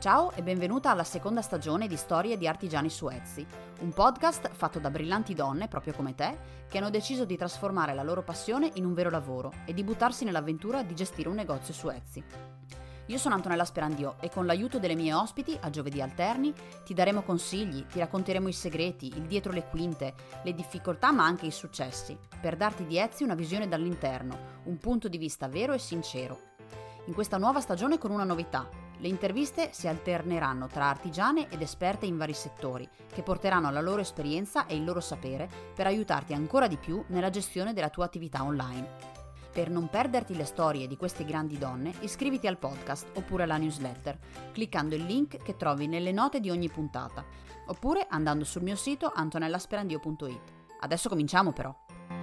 Ciao e benvenuta alla seconda stagione di Storie di Artigiani su Etsy, un podcast fatto da brillanti donne, proprio come te, che hanno deciso di trasformare la loro passione in un vero lavoro e di buttarsi nell'avventura di gestire un negozio su Etsy. Io sono Antonella Sperandio e con l'aiuto delle mie ospiti, a giovedì alterni, ti daremo consigli, ti racconteremo i segreti, il dietro le quinte, le difficoltà ma anche i successi, per darti di Etsy una visione dall'interno, un punto di vista vero e sincero. In questa nuova stagione con una novità: le interviste si alterneranno tra artigiane ed esperte in vari settori, che porteranno la loro esperienza e il loro sapere per aiutarti ancora di più nella gestione della tua attività online. Per non perderti le storie di queste grandi donne, iscriviti al podcast oppure alla newsletter, cliccando il link che trovi nelle note di ogni puntata, oppure andando sul mio sito antonellasperandio.it. Adesso cominciamo però!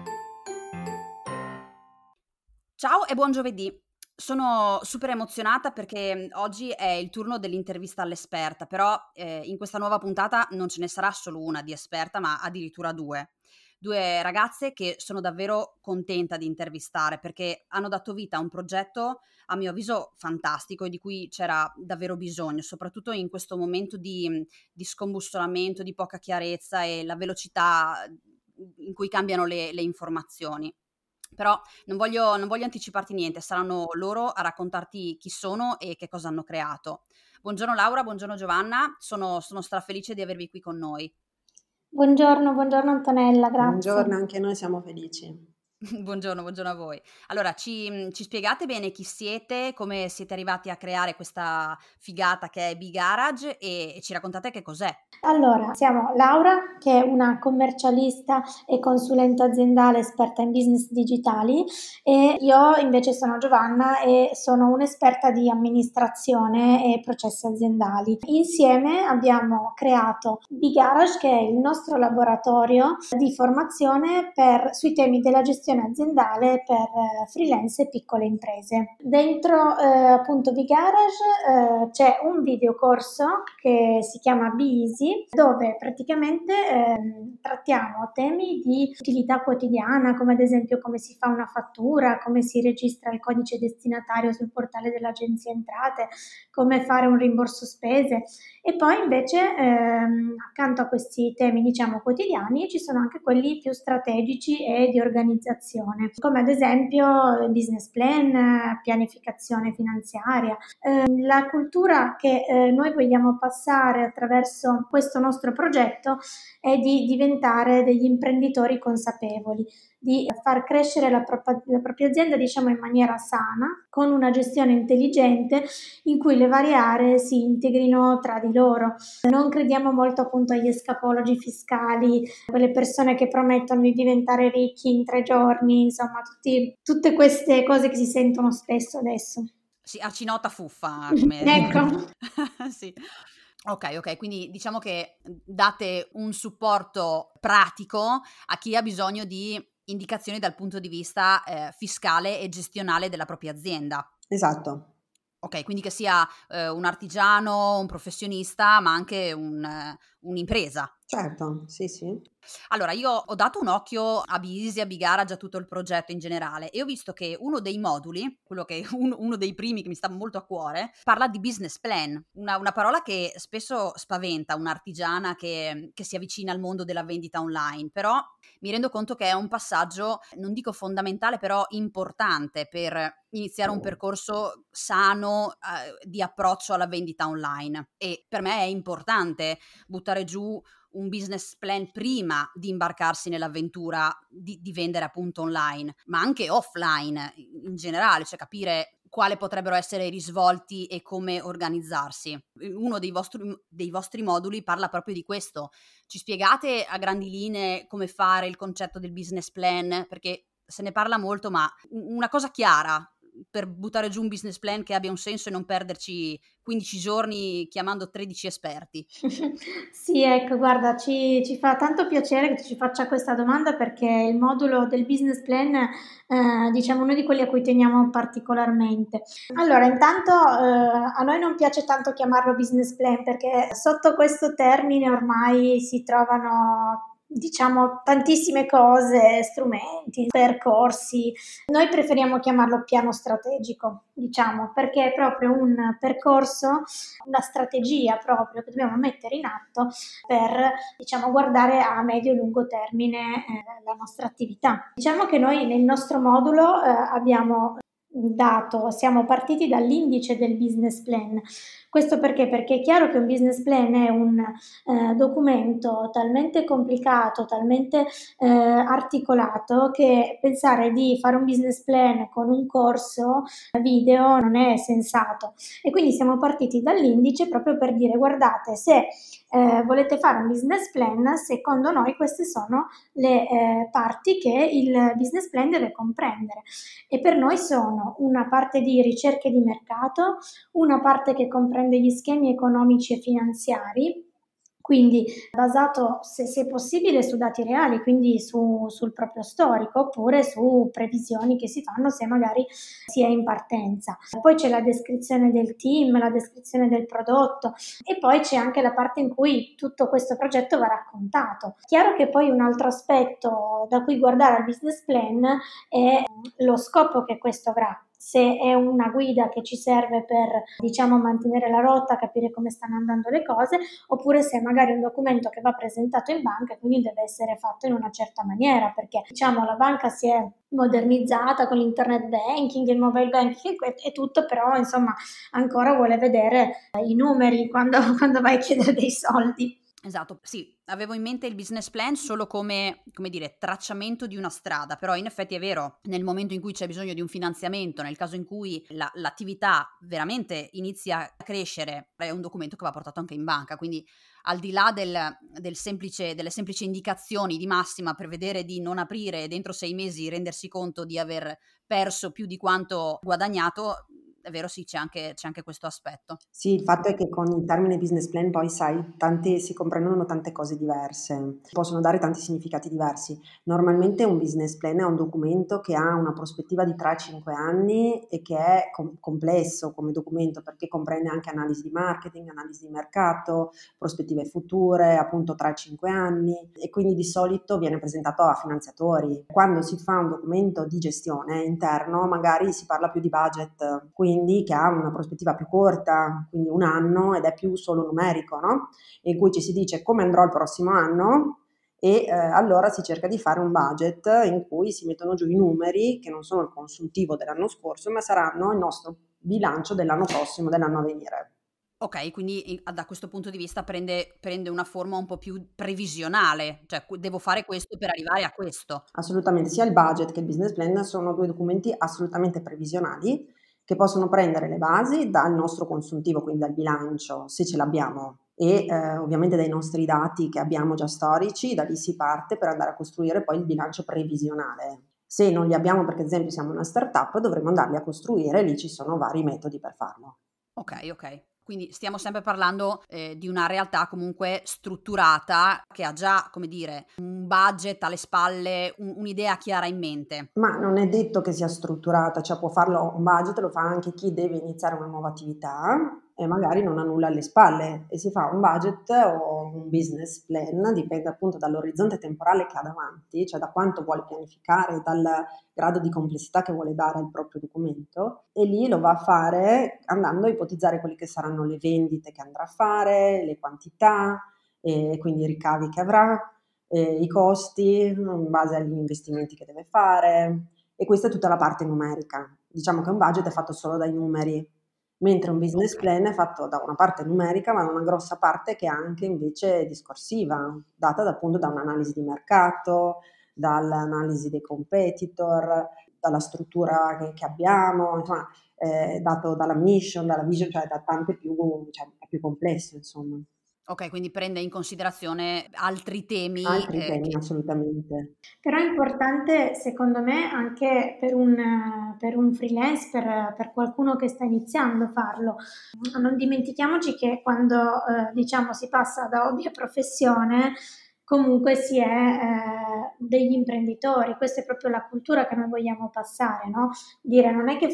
Ciao e buon giovedì! Sono super emozionata perché oggi è il turno dell'intervista all'esperta, però in questa nuova puntata non ce ne sarà solo una di esperta, ma addirittura due. Due ragazze che sono davvero contenta di intervistare perché hanno dato vita a un progetto, a mio avviso, fantastico e di cui c'era davvero bisogno, soprattutto in questo momento di scombussolamento, di poca chiarezza e la velocità in cui cambiano le informazioni. Però non voglio anticiparti niente, saranno loro a raccontarti chi sono e che cosa hanno creato. Buongiorno Laura, buongiorno Giovanna, sono strafelice di avervi qui con noi. Buongiorno Antonella, grazie. Buongiorno, anche noi siamo felici. Buongiorno a voi. Allora, ci spiegate bene chi siete, come siete arrivati a creare questa figata che è B-Garage e ci raccontate che cos'è. Allora, siamo Laura, che è una commercialista e consulente aziendale esperta in business digitali, e io invece sono Giovanna e sono un'esperta di amministrazione e processi aziendali. Insieme abbiamo creato B-Garage, che è il nostro laboratorio di formazione sui temi della gestione aziendale per freelance e piccole imprese. Dentro appunto B-Garage c'è un videocorso che si chiama Be-Easy, dove praticamente trattiamo temi di utilità quotidiana, come ad esempio come si fa una fattura, come si registra il codice destinatario sul portale dell'Agenzia Entrate, come fare un rimborso spese. E poi invece accanto a questi temi diciamo quotidiani ci sono anche quelli più strategici e di organizzazione, come ad esempio business plan, pianificazione finanziaria. La cultura che noi vogliamo passare attraverso questo nostro progetto è di diventare degli imprenditori consapevoli, di far crescere la propria azienda diciamo in maniera sana, con una gestione intelligente in cui le varie aree si integrino tra di loro. Non crediamo molto appunto agli escapologi fiscali, quelle persone che promettono di diventare ricchi in 3 giorni, insomma tutte queste cose che si sentono spesso adesso. Sì, arcinota fuffa, come... Ecco. Sì. Ok, quindi diciamo che date un supporto pratico a chi ha bisogno di indicazioni dal punto di vista fiscale e gestionale della propria azienda. Esatto. Ok, quindi che sia un artigiano, un professionista, ma anche un'impresa. Certo, sì. Allora, io ho dato un occhio a Be-Easy, a B-Garage, a tutto il progetto in generale e ho visto che uno dei moduli, quello che è uno dei primi che mi sta molto a cuore, parla di business plan, una parola che spesso spaventa un'artigiana che si avvicina al mondo della vendita online, però mi rendo conto che è un passaggio, non dico fondamentale, però importante per iniziare un percorso sano di approccio alla vendita online. E per me è importante buttare giù un business plan prima di imbarcarsi nell'avventura di vendere appunto online, ma anche offline in generale, cioè capire quali potrebbero essere i risvolti e come organizzarsi. Uno dei vostri moduli parla proprio di questo. Ci spiegate a grandi linee come fare il concetto del business plan? Perché se ne parla molto, ma una cosa chiara per buttare giù un business plan che abbia un senso e non perderci 15 giorni chiamando 13 esperti. Sì, ecco, guarda, ci fa tanto piacere che tu ci faccia questa domanda perché il modulo del business plan, diciamo, uno di quelli a cui teniamo particolarmente. Allora, intanto a noi non piace tanto chiamarlo business plan perché sotto questo termine ormai si trovano diciamo tantissime cose, strumenti, percorsi. Noi preferiamo chiamarlo piano strategico, diciamo, perché è proprio un percorso, una strategia proprio che dobbiamo mettere in atto per, diciamo, guardare a medio e lungo termine la nostra attività. Diciamo che noi nel nostro modulo abbiamo siamo partiti dall'indice del business plan. Questo perché? Perché è chiaro che un business plan è un documento talmente complicato, talmente articolato, che pensare di fare un business plan con un corso video non è sensato. E quindi siamo partiti dall'indice proprio per dire: guardate, se volete fare un business plan, secondo noi queste sono le parti che il business plan deve comprendere, e per noi sono una parte di ricerche di mercato, una parte che comprende gli schemi economici e finanziari, quindi basato, se possibile, su dati reali, quindi sul proprio storico, oppure su previsioni che si fanno se magari si è in partenza. Poi c'è la descrizione del team, la descrizione del prodotto, e poi c'è anche la parte in cui tutto questo progetto va raccontato. Chiaro che poi un altro aspetto da cui guardare al business plan è lo scopo che questo avrà. Se è una guida che ci serve per, diciamo, mantenere la rotta, capire come stanno andando le cose, oppure se è magari un documento che va presentato in banca e quindi deve essere fatto in una certa maniera, perché, diciamo, la banca si è modernizzata con l'internet banking, il mobile banking e tutto, però insomma ancora vuole vedere i numeri quando vai a chiedere dei soldi. Esatto, sì, avevo in mente il business plan solo come dire, tracciamento di una strada, però in effetti è vero, nel momento in cui c'è bisogno di un finanziamento, nel caso in cui l'attività veramente inizia a crescere, è un documento che va portato anche in banca, quindi al di là delle semplici indicazioni di massima per vedere di non aprire e dentro 6 mesi rendersi conto di aver perso più di quanto guadagnato, è vero, sì, c'è anche questo aspetto. Sì, il fatto è che con il termine business plan poi, sai, si comprendono tante cose diverse, si possono dare tanti significati diversi. Normalmente un business plan è un documento che ha una prospettiva di 3-5 anni e che è complesso come documento, perché comprende anche analisi di marketing, analisi di mercato, prospettive future, appunto 3-5 anni, e quindi di solito viene presentato a finanziatori. Quando si fa un documento di gestione interno, magari si parla più di budget, quindi che ha una prospettiva più corta, quindi un anno, ed è più solo numerico, no? In cui ci si dice come andrò il prossimo anno, e allora si cerca di fare un budget in cui si mettono giù i numeri che non sono il consuntivo dell'anno scorso, ma saranno il nostro bilancio dell'anno prossimo, dell'anno a venire. Ok, quindi da questo punto di vista prende una forma un po' più previsionale, cioè devo fare questo per arrivare a questo. Assolutamente, sia il budget che il business plan sono due documenti assolutamente previsionali che possono prendere le basi dal nostro consuntivo, quindi dal bilancio, se ce l'abbiamo, e ovviamente dai nostri dati che abbiamo già storici. Da lì si parte per andare a costruire poi il bilancio previsionale. Se non li abbiamo, perché ad esempio siamo una startup, dovremo andarli a costruire, lì ci sono vari metodi per farlo. Ok. Quindi stiamo sempre parlando di una realtà comunque strutturata che ha già, come dire, un budget alle spalle, un'idea chiara in mente. Ma non è detto che sia strutturata, cioè può farlo un budget, lo fa anche chi deve iniziare una nuova attività e magari non ha nulla alle spalle, e si fa un budget o un business plan, dipende appunto dall'orizzonte temporale che ha davanti, cioè da quanto vuole pianificare, dal grado di complessità che vuole dare al proprio documento, e lì lo va a fare andando a ipotizzare quelle che saranno le vendite che andrà a fare, le quantità, e quindi i ricavi che avrà, i costi in base agli investimenti che deve fare, e questa è tutta la parte numerica. Diciamo che un budget è fatto solo dai numeri, mentre un business Ok. plan è fatto da una parte numerica, ma da una grossa parte che è anche invece discorsiva, data appunto da un'analisi di mercato, dall'analisi dei competitor, dalla struttura che abbiamo, insomma, dato dalla mission, dalla vision, cioè da tante più, cioè è più complesso, insomma. Ok, quindi prende in considerazione altri temi Altri temi, che... assolutamente. Però è importante, secondo me, anche per un freelance, per qualcuno che sta iniziando a farlo. Non dimentichiamoci che quando diciamo si passa da hobby a professione, comunque si è degli imprenditori. Questa è proprio la cultura che noi vogliamo passare, no? Dire non è che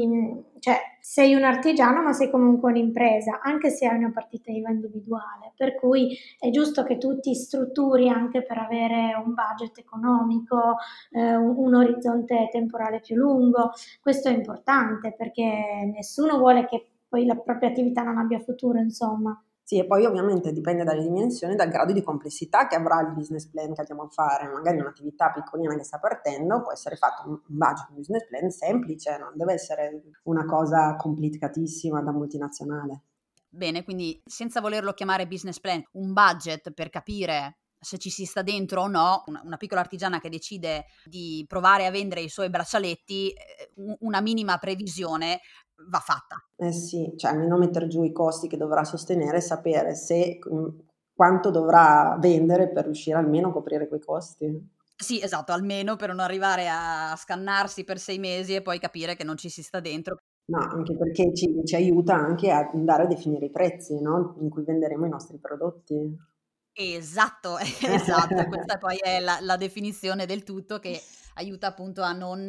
cioè sei un artigiano ma sei comunque un'impresa, anche se hai una partita IVA individuale, per cui è giusto che tu ti strutturi anche per avere un budget economico, un orizzonte temporale più lungo. Questo è importante perché nessuno vuole che poi la propria attività non abbia futuro, insomma. Sì, e poi ovviamente dipende dalle dimensioni e dal grado di complessità che avrà il business plan che andiamo a fare. Magari un'attività piccolina che sta partendo può essere fatto un budget, un business plan semplice, non deve essere una cosa complicatissima da multinazionale. Bene, quindi senza volerlo chiamare business plan, un budget per capire se ci si sta dentro o no, una piccola artigiana che decide di provare a vendere i suoi braccialetti, una minima previsione va fatta. Eh sì, cioè almeno mettere giù i costi che dovrà sostenere e sapere se quanto dovrà vendere per riuscire almeno a coprire quei costi. Sì, esatto, almeno per non arrivare a scannarsi per 6 mesi e poi capire che non ci si sta dentro. No, anche perché ci aiuta anche a andare a definire i prezzi, no, in cui venderemo i nostri prodotti. Esatto, esatto, e questa poi è la definizione del tutto che aiuta appunto a non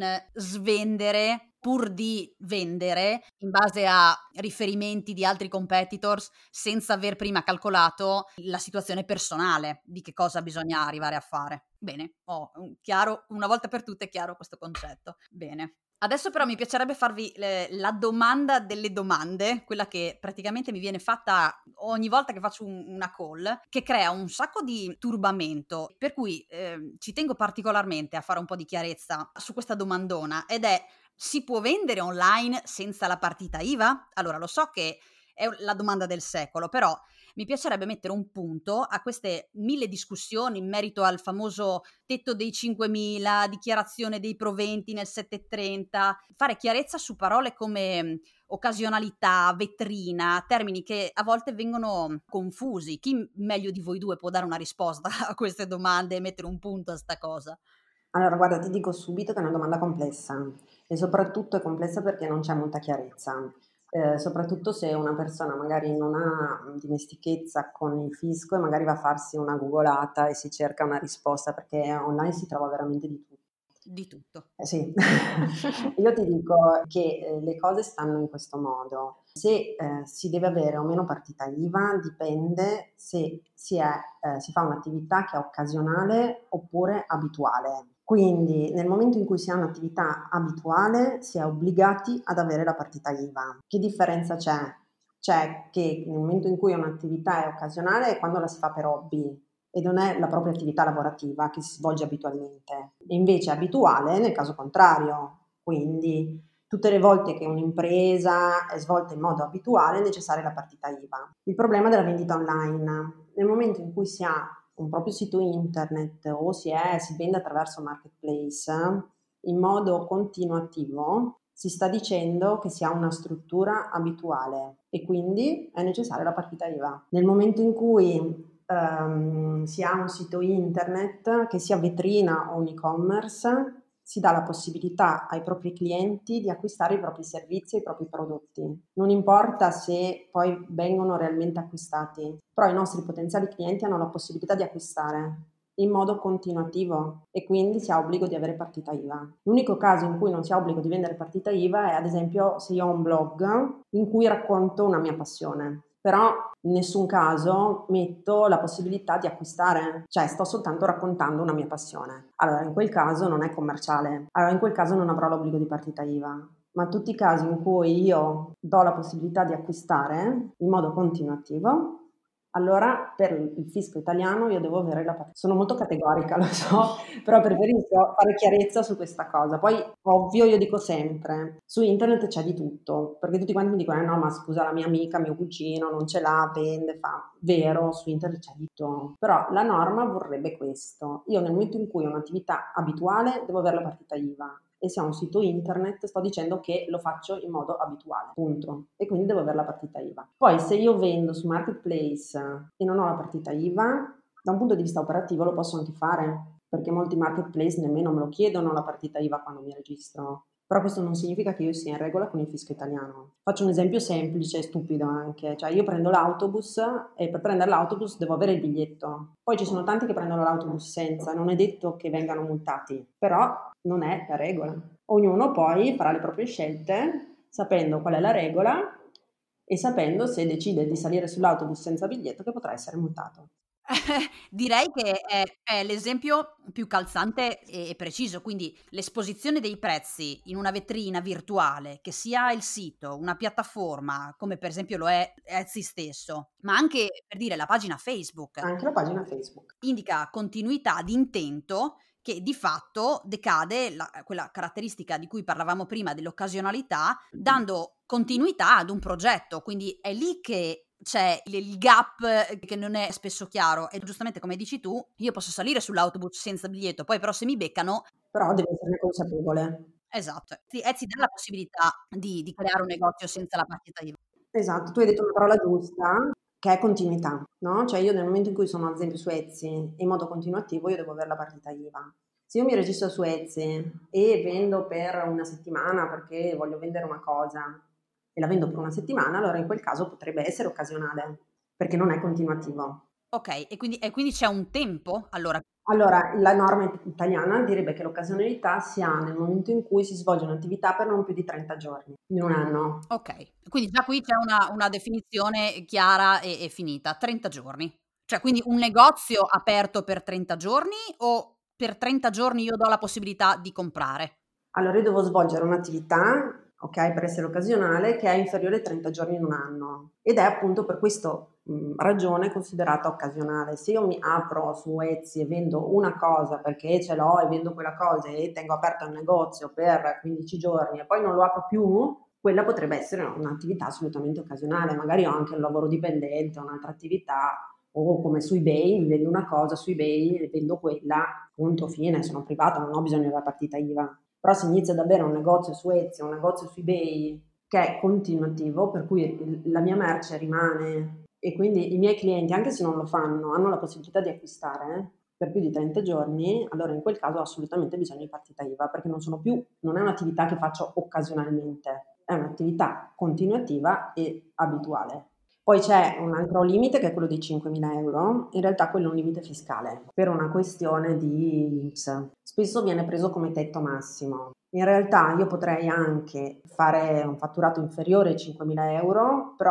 svendere pur di vendere in base a riferimenti di altri competitors senza aver prima calcolato la situazione personale di che cosa bisogna arrivare a fare. Bene, ho chiaro, una volta per tutte è chiaro questo concetto. Bene. Adesso però mi piacerebbe farvi la domanda delle domande, quella che praticamente mi viene fatta ogni volta che faccio una call, che crea un sacco di turbamento, per cui ci tengo particolarmente a fare un po' di chiarezza su questa domandona, ed è: si può vendere online senza la partita IVA? Allora, lo so che è la domanda del secolo, però mi piacerebbe mettere un punto a queste 1000 discussioni in merito al famoso tetto dei 5.000, dichiarazione dei proventi nel 730, fare chiarezza su parole come occasionalità, vetrina, termini che a volte vengono confusi. Chi meglio di voi due può dare una risposta a queste domande e mettere un punto a sta cosa? Allora, guarda, ti dico subito che è una domanda complessa e soprattutto è complessa perché non c'è molta chiarezza. Soprattutto se una persona magari non ha dimestichezza con il fisco e magari va a farsi una googolata e si cerca una risposta perché online si trova veramente di tutto. Di tutto. Sì, io ti dico che, le cose stanno in questo modo: se, si deve avere o meno partita IVA dipende se si fa un'attività che è occasionale oppure abituale. Quindi nel momento in cui si ha un'attività abituale si è obbligati ad avere la partita IVA. Che differenza c'è? C'è che nel momento in cui un'attività è occasionale è quando la si fa per hobby e non è la propria attività lavorativa che si svolge abitualmente. E invece è abituale nel caso contrario. Quindi tutte le volte che un'impresa è svolta in modo abituale è necessaria la partita IVA. Il problema della vendita online: nel momento in cui si ha un proprio sito internet o si vende attraverso marketplace in modo continuativo, si sta dicendo che si ha una struttura abituale e quindi è necessaria la partita IVA. Nel momento in cui si ha un sito internet, che sia vetrina o un e-commerce, si dà la possibilità ai propri clienti di acquistare i propri servizi e i propri prodotti. Non importa se poi vengono realmente acquistati, però i nostri potenziali clienti hanno la possibilità di acquistare in modo continuativo e quindi si ha obbligo di avere partita IVA. L'unico caso in cui non si ha obbligo di vendere partita IVA è ad esempio se io ho un blog in cui racconto una mia passione. Però in nessun caso metto la possibilità di acquistare, cioè sto soltanto raccontando una mia passione. Allora in quel caso non è commerciale, allora in quel caso non avrò l'obbligo di partita IVA. Ma tutti i casi in cui io do la possibilità di acquistare in modo continuativo, allora per il fisco italiano io devo avere la partita. Sono molto categorica, lo so, però preferisco fare chiarezza su questa cosa. Poi, ovvio, io dico sempre, su internet c'è di tutto, perché tutti quanti mi dicono, no, ma scusa, la mia amica, mio cugino, non ce l'ha, vende, fa. Vero, su internet c'è di tutto. Però la norma vorrebbe questo. Io nel momento in cui ho un'attività abituale devo avere la partita IVA. E se ho un sito internet sto dicendo che lo faccio in modo abituale, punto. E quindi devo avere la partita IVA. Poi se io vendo su Marketplace e non ho la partita IVA, da un punto di vista operativo lo posso anche fare, perché molti marketplace nemmeno me lo chiedono la partita IVA quando mi registro. Però questo non significa che io sia in regola con il fisco italiano. Faccio un esempio semplice e stupido anche, cioè io prendo l'autobus e per prendere l'autobus devo avere il biglietto. Poi ci sono tanti che prendono l'autobus senza, non è detto che vengano multati, però non è la regola. Ognuno poi farà le proprie scelte sapendo qual è la regola e sapendo se decide di salire sull'autobus senza biglietto che potrà essere multato. Direi che è l'esempio più calzante e preciso, quindi l'esposizione dei prezzi in una vetrina virtuale, che sia il sito, una piattaforma, come per esempio lo è Etsy stesso, ma anche per dire la pagina Facebook, Anche la pagina Facebook. indica continuità di intento che di fatto decade quella caratteristica di cui parlavamo prima dell'occasionalità, dando continuità ad un progetto. Quindi è lì che c'è il gap che non è spesso chiaro. E giustamente, come dici tu, io posso salire sull'autobus senza biglietto, poi però se mi beccano. Però devi esserne consapevole. Esatto. Sì, Etsy dà la possibilità di creare un negozio senza la partita IVA. Esatto, tu hai detto una parola giusta, che è continuità, no? Cioè io nel momento in cui sono ad esempio su Etsy in modo continuativo io devo avere la partita IVA. Se io mi registro su Etsy e vendo per una settimana perché voglio vendere una cosa e la vendo per una settimana, allora in quel caso potrebbe essere occasionale, perché non è continuativo. Ok, e quindi c'è un tempo? Allora, Allora, la norma italiana direbbe che l'occasionalità si ha nel momento in cui si svolge un'attività per non più di 30 giorni in un anno. okay, quindi già qui c'è una definizione chiara e finita, 30 giorni. Cioè, quindi un negozio aperto per 30 giorni o per 30 giorni io do la possibilità di comprare? Allora io devo svolgere un'attività, ok, per essere occasionale, che è inferiore ai 30 giorni in un anno ed è appunto per questa ragione considerata occasionale. Se io mi apro su Etsy e vendo una cosa perché ce l'ho e vendo quella cosa e tengo aperto il negozio per 15 giorni e poi non lo apro più, quella potrebbe essere un'attività assolutamente occasionale. Magari ho anche un lavoro dipendente, un'altra attività o come su eBay, mi vendo una cosa su eBay e vendo quella, punto fine, sono privata, non ho bisogno della partita IVA. Però se inizia ad avere un negozio su Etsy, un negozio su eBay che è continuativo, per cui la mia merce rimane e quindi i miei clienti, anche se non lo fanno, hanno la possibilità di acquistare per più di 30 giorni, allora in quel caso ho assolutamente bisogno di partita IVA perché non è un'attività che faccio occasionalmente, è un'attività continuativa e abituale. Poi c'è un altro limite che è quello di 5.000 euro, in realtà quello è un limite fiscale per una questione di INPS. Spesso viene preso come tetto massimo. In realtà io potrei anche fare un fatturato inferiore ai 5.000 euro, però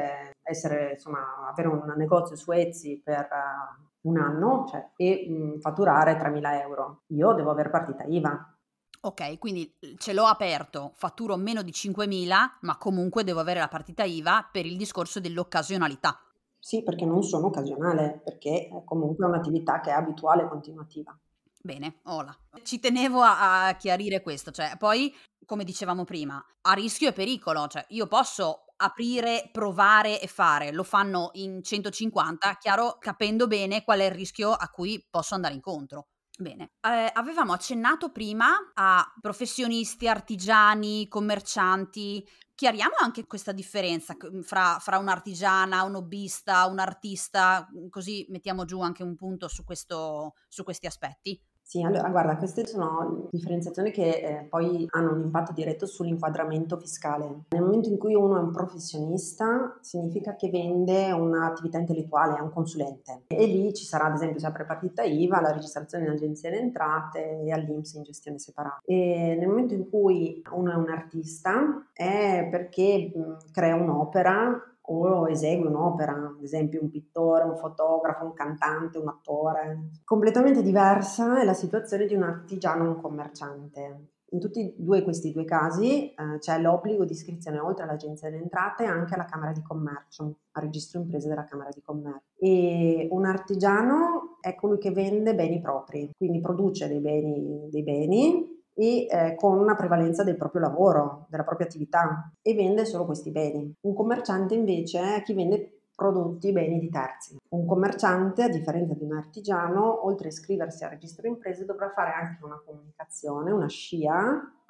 avere un negozio su Etsy per un anno e fatturare 3.000 euro. Io devo aver partita IVA. Okay, quindi ce l'ho aperto, fatturo meno di 5.000, ma comunque devo avere la partita IVA per il discorso dell'occasionalità. Sì, perché non sono occasionale, perché è comunque un'attività che è abituale e continuativa. Bene, hola. Ci tenevo a chiarire questo, cioè poi, come dicevamo prima, a rischio e pericolo, cioè io posso aprire, provare e fare, lo fanno in 150, chiaro, capendo bene qual è il rischio a cui posso andare incontro. Bene, avevamo accennato prima a professionisti, artigiani, commercianti. Chiariamo anche questa differenza fra un'artigiana, un hobbista, un artista, così mettiamo giù anche un punto su questi aspetti. Sì, allora guarda, queste sono differenziazioni che poi hanno un impatto diretto sull'inquadramento fiscale. Nel momento in cui uno è un professionista, significa che vende un'attività intellettuale, è un consulente. E lì ci sarà, ad esempio, sempre partita IVA, la registrazione in agenzia delle entrate e all'INPS in gestione separata. E nel momento in cui uno è un artista, è perché crea un'opera o esegue un'opera, ad esempio un pittore, un fotografo, un cantante, un attore. Completamente diversa è la situazione di un artigiano o un commerciante. In questi due casi c'è l'obbligo di iscrizione oltre all'Agenzia delle Entrate anche alla Camera di Commercio, al registro imprese della Camera di Commercio. E un artigiano è colui che vende beni propri, quindi produce dei beni e con una prevalenza del proprio lavoro, della propria attività e vende solo questi beni. Un commerciante invece è chi vende prodotti, beni di terzi. Un commerciante, a differenza di un artigiano, oltre a iscriversi al registro imprese, dovrà fare anche una comunicazione, una SCIA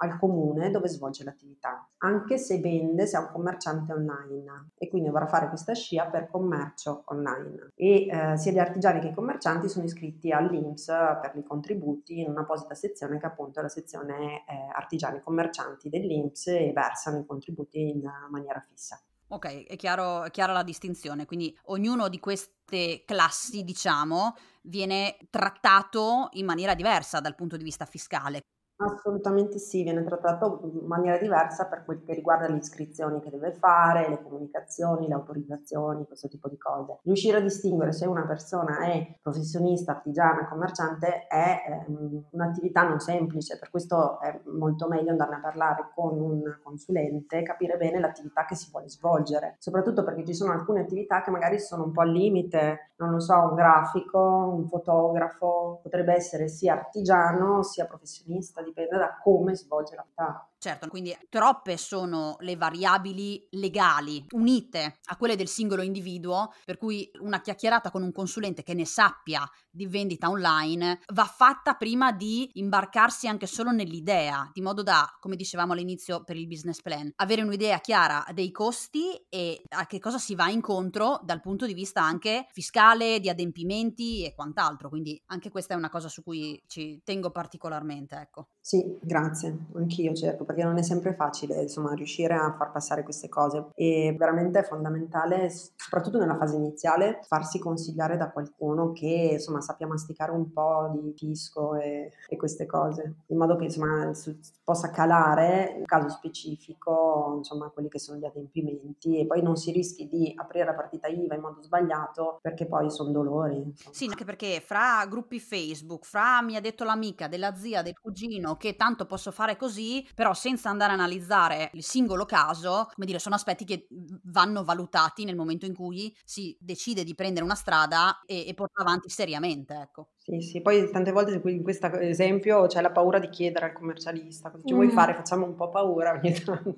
al comune dove svolge l'attività, anche se vende, se è un commerciante online e quindi dovrà fare questa SCIA per commercio online. E sia gli artigiani che i commercianti sono iscritti all'INPS per i contributi in un'apposita sezione che appunto è la sezione artigiani e commercianti dell'INPS, e versano i contributi in maniera fissa. Ok, è chiara la distinzione, quindi ognuno di queste classi, diciamo, viene trattato in maniera diversa dal punto di vista fiscale. Assolutamente sì, viene trattato in maniera diversa per quel che riguarda le iscrizioni che deve fare, le comunicazioni, le autorizzazioni, questo tipo di cose. Riuscire a distinguere se una persona è professionista, artigiana, commerciante è un'attività non semplice, per questo è molto meglio andarne a parlare con un consulente, capire bene l'attività che si vuole svolgere, soprattutto perché ci sono alcune attività che magari sono un po' al limite, non lo so, un grafico, un fotografo, potrebbe essere sia artigiano sia professionista, dipende da come svolge l'attività. Certo, quindi troppe sono le variabili legali unite a quelle del singolo individuo, per cui una chiacchierata con un consulente che ne sappia di vendita online va fatta prima di imbarcarsi anche solo nell'idea, di modo da, come dicevamo all'inizio per il business plan, avere un'idea chiara dei costi e a che cosa si va incontro dal punto di vista anche fiscale, di adempimenti e quant'altro. Quindi anche questa è una cosa su cui ci tengo particolarmente, ecco. Sì, grazie, anch'io cerco, perché non è sempre facile, insomma, riuscire a far passare queste cose e veramente è fondamentale, soprattutto nella fase iniziale, farsi consigliare da qualcuno che, insomma, sappia masticare un po' di fisco e queste cose, in modo che, insomma, possa calare in caso specifico, insomma, quelli che sono gli adempimenti e poi non si rischi di aprire la partita IVA in modo sbagliato perché poi sono dolori, insomma. Sì, anche perché fra gruppi Facebook, fra mi ha detto l'amica, della zia, del cugino, che tanto posso fare così, però senza andare a analizzare il singolo caso, come dire, sono aspetti che vanno valutati nel momento in cui si decide di prendere una strada e portarla avanti seriamente, ecco. Sì, sì, poi tante volte in questo esempio c'è la paura di chiedere al commercialista cosa ci vuoi fare, Mm. facciamo un po' paura ogni tanto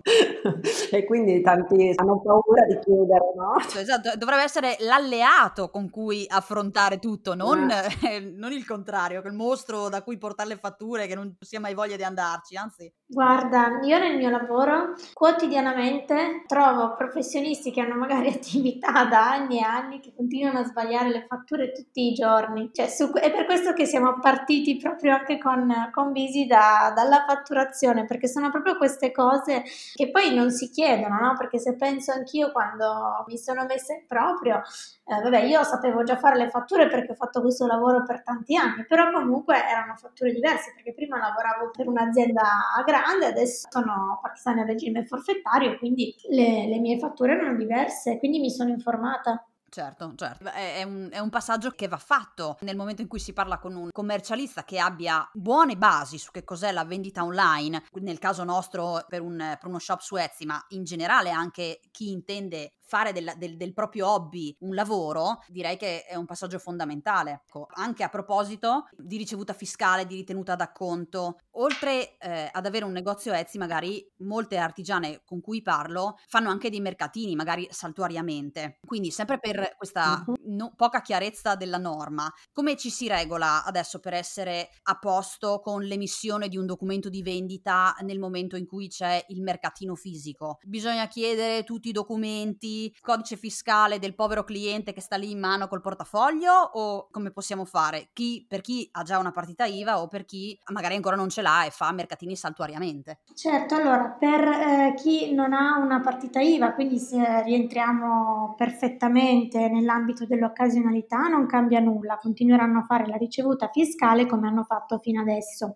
e quindi tanti hanno paura di chiedere, no? Esatto, dovrebbe essere l'alleato con cui affrontare tutto, non, Eh. non il contrario, quel mostro da cui portare le fatture che non si ha mai voglia di andarci, anzi. Guarda, io nel mio lavoro quotidianamente trovo professionisti che hanno magari attività da anni e anni che continuano a sbagliare le fatture tutti i giorni. Cioè, è per questo che siamo partiti proprio anche con Bisi dalla fatturazione, perché sono proprio queste cose che poi non si chiedono, no? Perché se penso anch'io quando mi sono messa in proprio, vabbè, io sapevo già fare le fatture perché ho fatto questo lavoro per tanti anni, però comunque erano fatture diverse perché prima lavoravo per un'azienda grande, adesso sono partita nel regime forfettario, quindi le mie fatture erano diverse, quindi mi sono informata. Certo, certo. È un passaggio che va fatto nel momento in cui si parla con un commercialista che abbia buone basi su che cos'è la vendita online, nel caso nostro per uno shop su Etsy, ma in generale anche chi intende fare del proprio hobby un lavoro, direi che è un passaggio fondamentale. Ecco, anche a proposito di ricevuta fiscale, di ritenuta d'acconto, oltre ad avere un negozio Etsy, magari molte artigiane con cui parlo fanno anche dei mercatini, magari saltuariamente. Quindi sempre per questa Mhm. poca chiarezza della norma, come ci si regola adesso per essere a posto con l'emissione di un documento di vendita nel momento in cui c'è il mercatino fisico? Bisogna chiedere tutti i documenti, codice fiscale del povero cliente che sta lì in mano col portafoglio, o come possiamo fare? Per chi ha già una partita IVA o per chi magari ancora non ce l'ha e fa mercatini saltuariamente? Certo, allora per chi non ha una partita IVA, quindi se rientriamo perfettamente nell'ambito dell'occasionalità, non cambia nulla, continueranno a fare la ricevuta fiscale come hanno fatto fino adesso.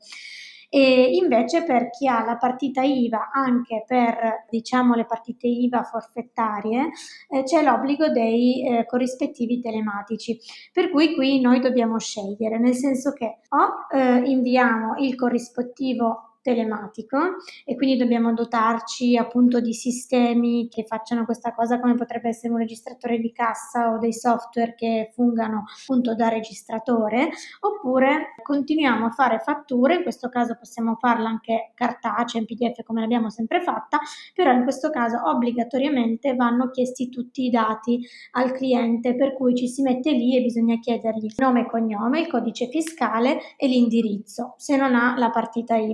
E invece per chi ha la partita IVA, anche per diciamo le partite IVA forfettarie, c'è l'obbligo dei corrispettivi telematici. Per cui qui noi dobbiamo scegliere, nel senso che o inviamo il corrispettivo telematico e quindi dobbiamo dotarci appunto di sistemi che facciano questa cosa, come potrebbe essere un registratore di cassa o dei software che fungano appunto da registratore, oppure continuiamo a fare fatture, in questo caso possiamo farla anche cartacea, in PDF come l'abbiamo sempre fatta, però in questo caso obbligatoriamente vanno chiesti tutti i dati al cliente, per cui ci si mette lì e bisogna chiedergli nome e cognome, il codice fiscale e l'indirizzo, se non ha la partita IVA. Questi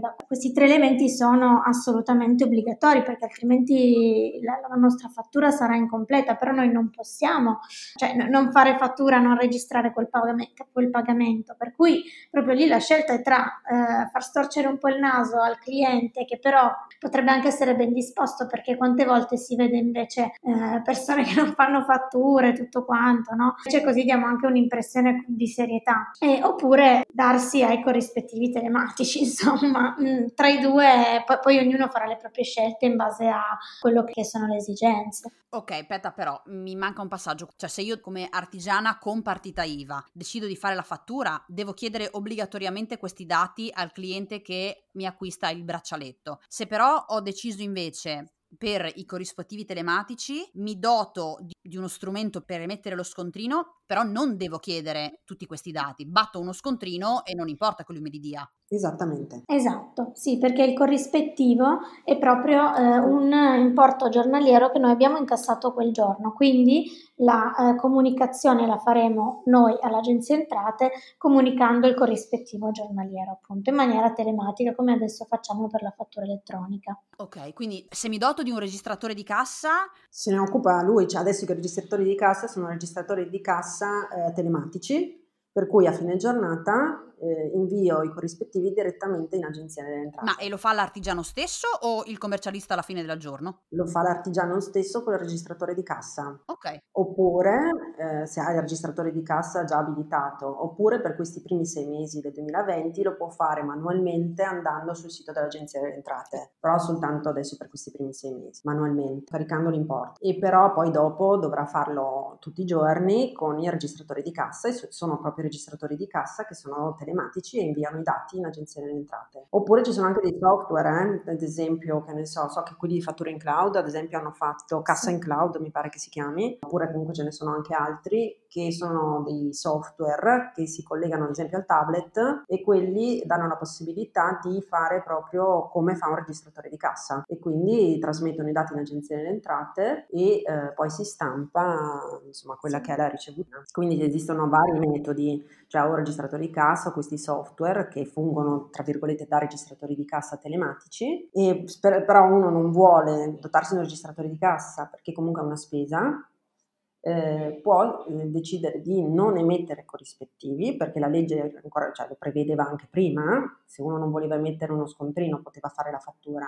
questi 3 elementi sono assolutamente obbligatori, perché altrimenti la nostra fattura sarà incompleta, però noi non possiamo, cioè non fare fattura, non registrare quel pagamento, per cui proprio lì la scelta è tra far storcere un po' il naso al cliente, che però potrebbe anche essere ben disposto, perché quante volte si vede invece persone che non fanno fatture, tutto quanto, no? Cioè così diamo anche un'impressione di serietà. Oppure darsi ai corrispettivi telematici, insomma, tra i due poi ognuno farà le proprie scelte in base a quello che sono le esigenze. Ok, aspetta, però mi manca un passaggio. Cioè, se io come artigiana con partita IVA decido di fare la fattura, devo chiedere obbligatoriamente questi dati al cliente che mi acquista il braccialetto. Se però ho deciso invece per i corrispettivi telematici, mi doto di uno strumento per emettere lo scontrino, però non devo chiedere tutti questi dati. Batto uno scontrino e non importa che lui me li dia. Esattamente. Esatto, sì, perché il corrispettivo è proprio un importo giornaliero che noi abbiamo incassato quel giorno, quindi la comunicazione la faremo noi all'Agenzia Entrate comunicando il corrispettivo giornaliero, appunto, in maniera telematica, come adesso facciamo per la fattura elettronica. Ok, quindi se mi doto di un registratore di cassa, Se ne occupa lui, cioè adesso i registratori di cassa sono registratori di cassa telematici, per cui a fine giornata invio i corrispettivi direttamente in Agenzia delle ma e Entrate. lo fa l'artigiano stesso o il commercialista alla fine del giorno? Lo fa l'artigiano stesso con il registratore di cassa. Ok. Oppure, se ha il registratore di cassa già abilitato, oppure per questi primi 6 mesi del 2020 lo può fare manualmente andando sul sito dell'Agenzia delle Entrate, però soltanto adesso per questi primi 6 mesi, manualmente, caricando l'importo. E però poi dopo dovrà farlo tutti i giorni con il registratore di cassa, e sono proprio i registratori di cassa che sono telematici e inviano i dati in Agenzia delle Entrate. Oppure ci sono anche dei software, ad esempio, che ne so che quelli di fattura in cloud, ad esempio, hanno fatto Cassa in Cloud, mi pare che si chiami, oppure comunque ce ne sono anche altri che sono dei software che si collegano ad esempio al tablet, e quelli danno la possibilità di fare proprio come fa un registratore di cassa, e quindi trasmettono i dati in Agenzia delle Entrate e poi si stampa insomma quella che è la ricevuta. Quindi esistono vari metodi, cioè un registratore di cassa o questi software che fungono tra virgolette da registratori di cassa telematici, e però uno non vuole dotarsi di un registratore di cassa perché comunque è una spesa, può decidere di non emettere corrispettivi, perché la legge ancora, cioè, lo prevedeva anche prima. Se uno non voleva emettere uno scontrino poteva fare la fattura,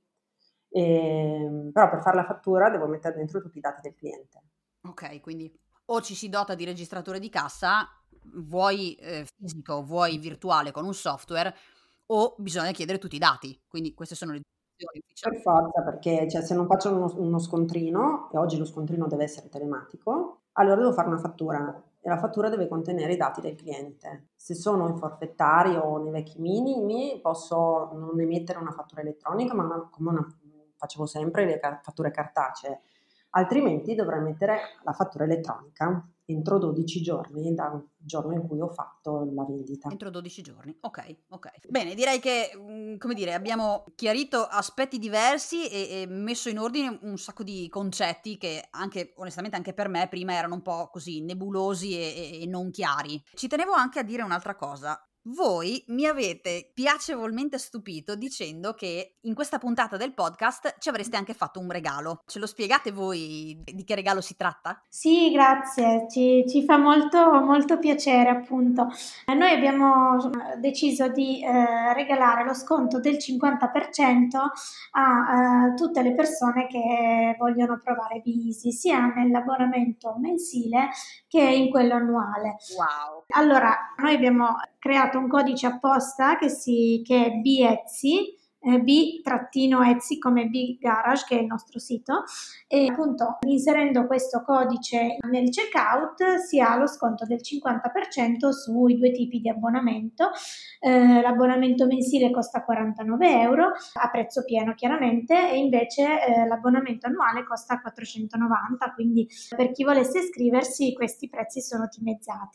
però per fare la fattura devo mettere dentro tutti i dati del cliente. Ok, quindi o ci si dota di registratore di cassa, vuoi fisico, vuoi virtuale con un software, o bisogna chiedere tutti i dati. Quindi queste sono le due opzioni ufficiali. Per forza, perché cioè, se non faccio uno scontrino, e oggi lo scontrino deve essere telematico, allora devo fare una fattura, e la fattura deve contenere i dati del cliente. Se sono in forfettario o nei vecchi minimi, posso non emettere una fattura elettronica, ma facevo sempre le fatture cartacee. Altrimenti dovrei mettere la fattura elettronica entro 12 giorni dal giorno in cui ho fatto la vendita. Entro 12 giorni. Ok, ok. Bene, direi che, come dire, abbiamo chiarito aspetti diversi e messo in ordine un sacco di concetti che anche, onestamente, anche per me prima erano un po' così nebulosi e non chiari. Ci tenevo anche a dire un'altra cosa. Voi mi avete piacevolmente stupito dicendo che in questa puntata del podcast ci avreste anche fatto un regalo. Ce lo spiegate voi di che regalo si tratta? Sì, grazie, ci fa molto, molto piacere, appunto. Noi abbiamo deciso di regalare lo sconto del 50% a tutte le persone che vogliono provare Bisi, sia nell'abbonamento mensile che in quello annuale. Wow. Allora, noi abbiamo creato un codice apposta che è BETSI, B-Etsy come B-Garage, che è il nostro sito, e appunto inserendo questo codice nel checkout si ha lo sconto del 50% sui due tipi di abbonamento. L'abbonamento mensile costa 49 € a prezzo pieno chiaramente, e invece l'abbonamento annuale costa 490, quindi per chi volesse iscriversi questi prezzi sono dimezzati.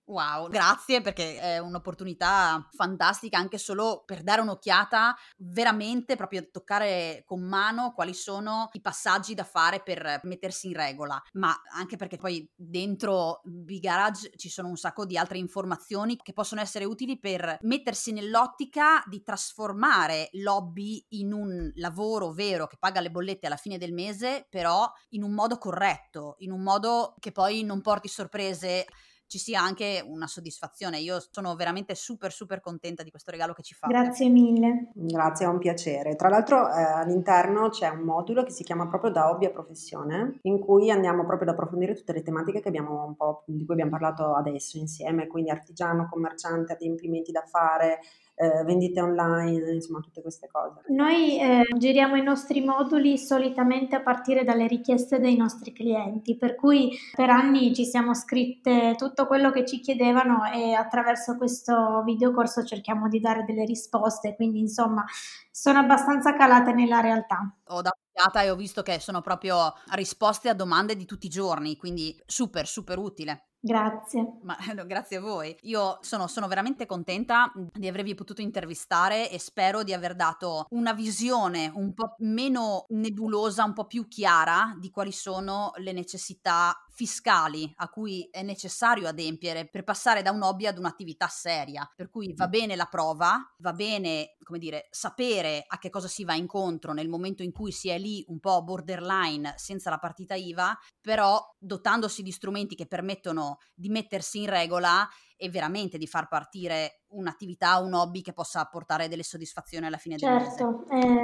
Wow, grazie, perché è un'opportunità fantastica anche solo per dare un'occhiata, veramente proprio toccare con mano quali sono i passaggi da fare per mettersi in regola, ma anche perché poi dentro Big Garage ci sono un sacco di altre informazioni che possono essere utili per mettersi nell'ottica di trasformare l'hobby in un lavoro vero che paga le bollette alla fine del mese, però in un modo corretto, in un modo che poi non porti sorprese, ci sia anche una soddisfazione. Io sono veramente super super contenta di questo regalo che ci fate. Grazie mille. Grazie, è un piacere. Tra l'altro all'interno c'è un modulo che si chiama proprio da hobby a professione, in cui andiamo proprio ad approfondire tutte le tematiche che abbiamo un po', di cui abbiamo parlato adesso insieme, quindi artigiano, commerciante, adempimenti da fare, vendite online, insomma tutte queste cose. Noi giriamo i nostri moduli solitamente a partire dalle richieste dei nostri clienti, per cui per anni ci siamo scritte tutto quello che ci chiedevano e attraverso questo videocorso cerchiamo di dare delle risposte, quindi insomma sono abbastanza calate nella realtà. Ho dato un'occhiata e ho visto che sono proprio risposte a domande di tutti i giorni, quindi super super utile. Grazie. Ma no, grazie a voi. Io sono veramente contenta di avervi potuto intervistare e spero di aver dato una visione un po' meno nebulosa, un po' più chiara di quali sono le necessità fiscali a cui è necessario adempiere per passare da un hobby ad un'attività seria. Per cui va bene la prova, va bene, come dire, sapere a che cosa si va incontro nel momento in cui si è lì un po' borderline senza la partita IVA, però dotandosi di strumenti che permettono di mettersi in regola e veramente di far partire un'attività, un hobby che possa portare delle soddisfazioni alla fine del mese. Certo,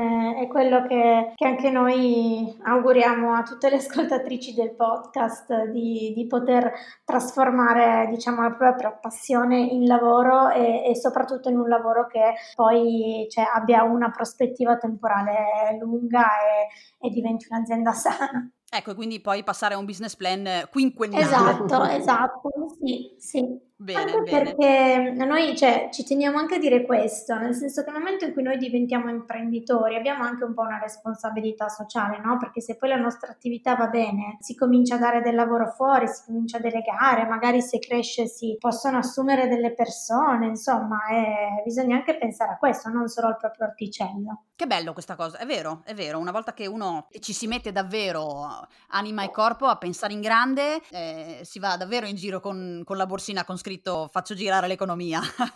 è quello che anche noi auguriamo a tutte le ascoltatrici del podcast di poter trasformare, diciamo, la propria passione in lavoro e soprattutto in un lavoro che poi, cioè, abbia una prospettiva temporale lunga e diventi un'azienda sana. Ecco, e quindi poi passare a un business plan quinquennale. Esatto, sì, sì. Bene, Anche bene. perché noi, cioè, ci teniamo anche a dire questo, nel senso che nel momento in cui noi diventiamo imprenditori abbiamo anche un po' una responsabilità sociale, no? Perché se poi la nostra attività va bene, si comincia a dare del lavoro fuori, si comincia a delegare, magari se cresce si possono assumere delle persone, insomma, bisogna anche pensare a questo, non solo al proprio orticello. Che bello questa cosa, è vero, una volta che uno ci si mette davvero anima e corpo a pensare in grande, si va davvero in giro con la borsina con scritto faccio girare l'economia.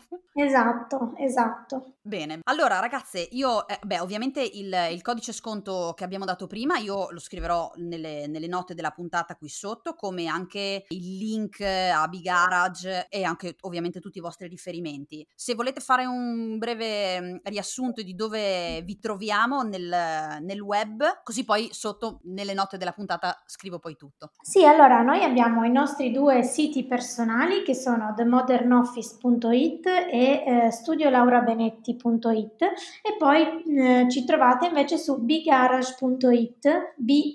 Esatto. Bene, allora ragazze, io, ovviamente il codice sconto che abbiamo dato prima io lo scriverò nelle note della puntata qui sotto, come anche il link a Big Garage e anche ovviamente tutti i vostri riferimenti. Se volete fare un breve riassunto di dove vi troviamo nel web, così poi sotto nelle note della puntata scrivo poi tutto. Sì, allora noi abbiamo i nostri 2 siti personali che sono themodernoffice.it e studiolaurabenetti.it e poi ci trovate invece su bgarage.it,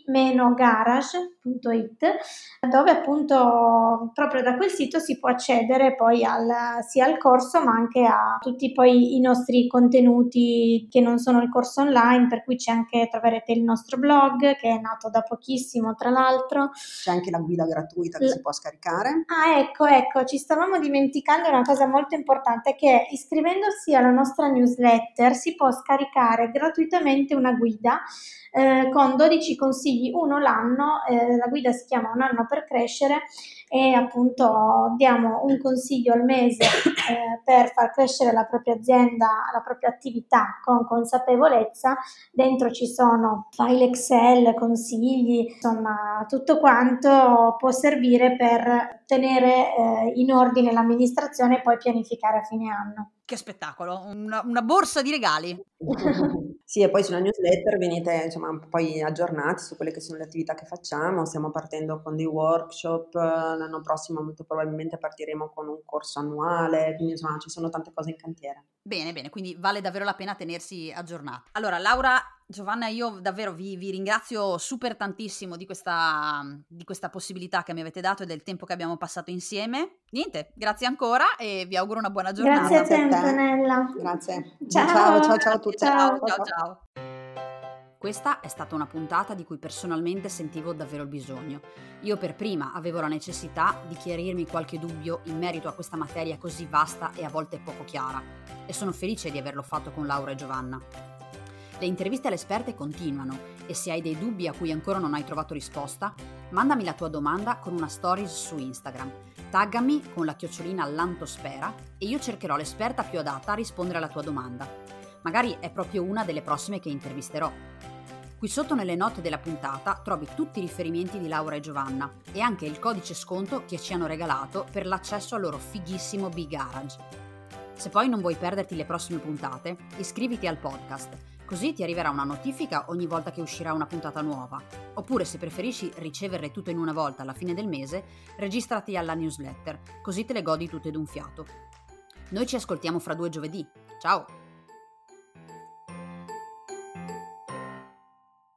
b-garage.it, dove appunto proprio da quel sito si può accedere poi sia al corso ma anche a tutti poi i nostri contenuti che non sono il corso online, per cui troverete il nostro blog che è nato da pochissimo tra l'altro. C'è anche la guida gratuita che si può scaricare. Ah, ecco, ci stavamo dimenticando una cosa molto importante che iscrivendosi alla nostra newsletter si può scaricare gratuitamente una guida con 12 consigli, uno l'anno, la guida si chiama Un anno per crescere e appunto diamo un consiglio al mese per far crescere la propria azienda, la propria attività con consapevolezza. Dentro ci sono file Excel, consigli, insomma tutto quanto può servire per tenere in ordine l'amministrazione e poi pianificare a fine anno. Che spettacolo, una borsa di regali. Sì, e poi sulla newsletter venite insomma poi aggiornati su quelle che sono le attività che facciamo. Stiamo partendo con dei workshop, l'anno prossimo molto probabilmente partiremo con un corso annuale, quindi insomma ci sono tante cose in cantiere. Bene, quindi vale davvero la pena tenersi aggiornati. Allora, Laura, Giovanna, io davvero vi ringrazio super tantissimo di questa possibilità che mi avete dato e del tempo che abbiamo passato insieme. Niente, grazie ancora e vi auguro una buona giornata. Grazie a te, Grazie a te. Antonella. Grazie. Ciao. Ciao a tutti. Ciao. Questa è stata una puntata di cui personalmente sentivo davvero il bisogno. Io per prima avevo la necessità di chiarirmi qualche dubbio in merito a questa materia così vasta e a volte poco chiara, e sono felice di averlo fatto con Laura e Giovanna. Le interviste alle esperte continuano e se hai dei dubbi a cui ancora non hai trovato risposta, mandami la tua domanda con una stories su Instagram. Taggami con la @Lantospera e io cercherò l'esperta più adatta a rispondere alla tua domanda. Magari è proprio una delle prossime che intervisterò. Qui sotto nelle note della puntata trovi tutti i riferimenti di Laura e Giovanna e anche il codice sconto che ci hanno regalato per l'accesso al loro fighissimo B-Garage. Se poi non vuoi perderti le prossime puntate, iscriviti al podcast, così ti arriverà una notifica ogni volta che uscirà una puntata nuova. Oppure se preferisci riceverle tutte in una volta alla fine del mese, registrati alla newsletter, così te le godi tutte d'un fiato. Noi ci ascoltiamo fra 2 giovedì. Ciao!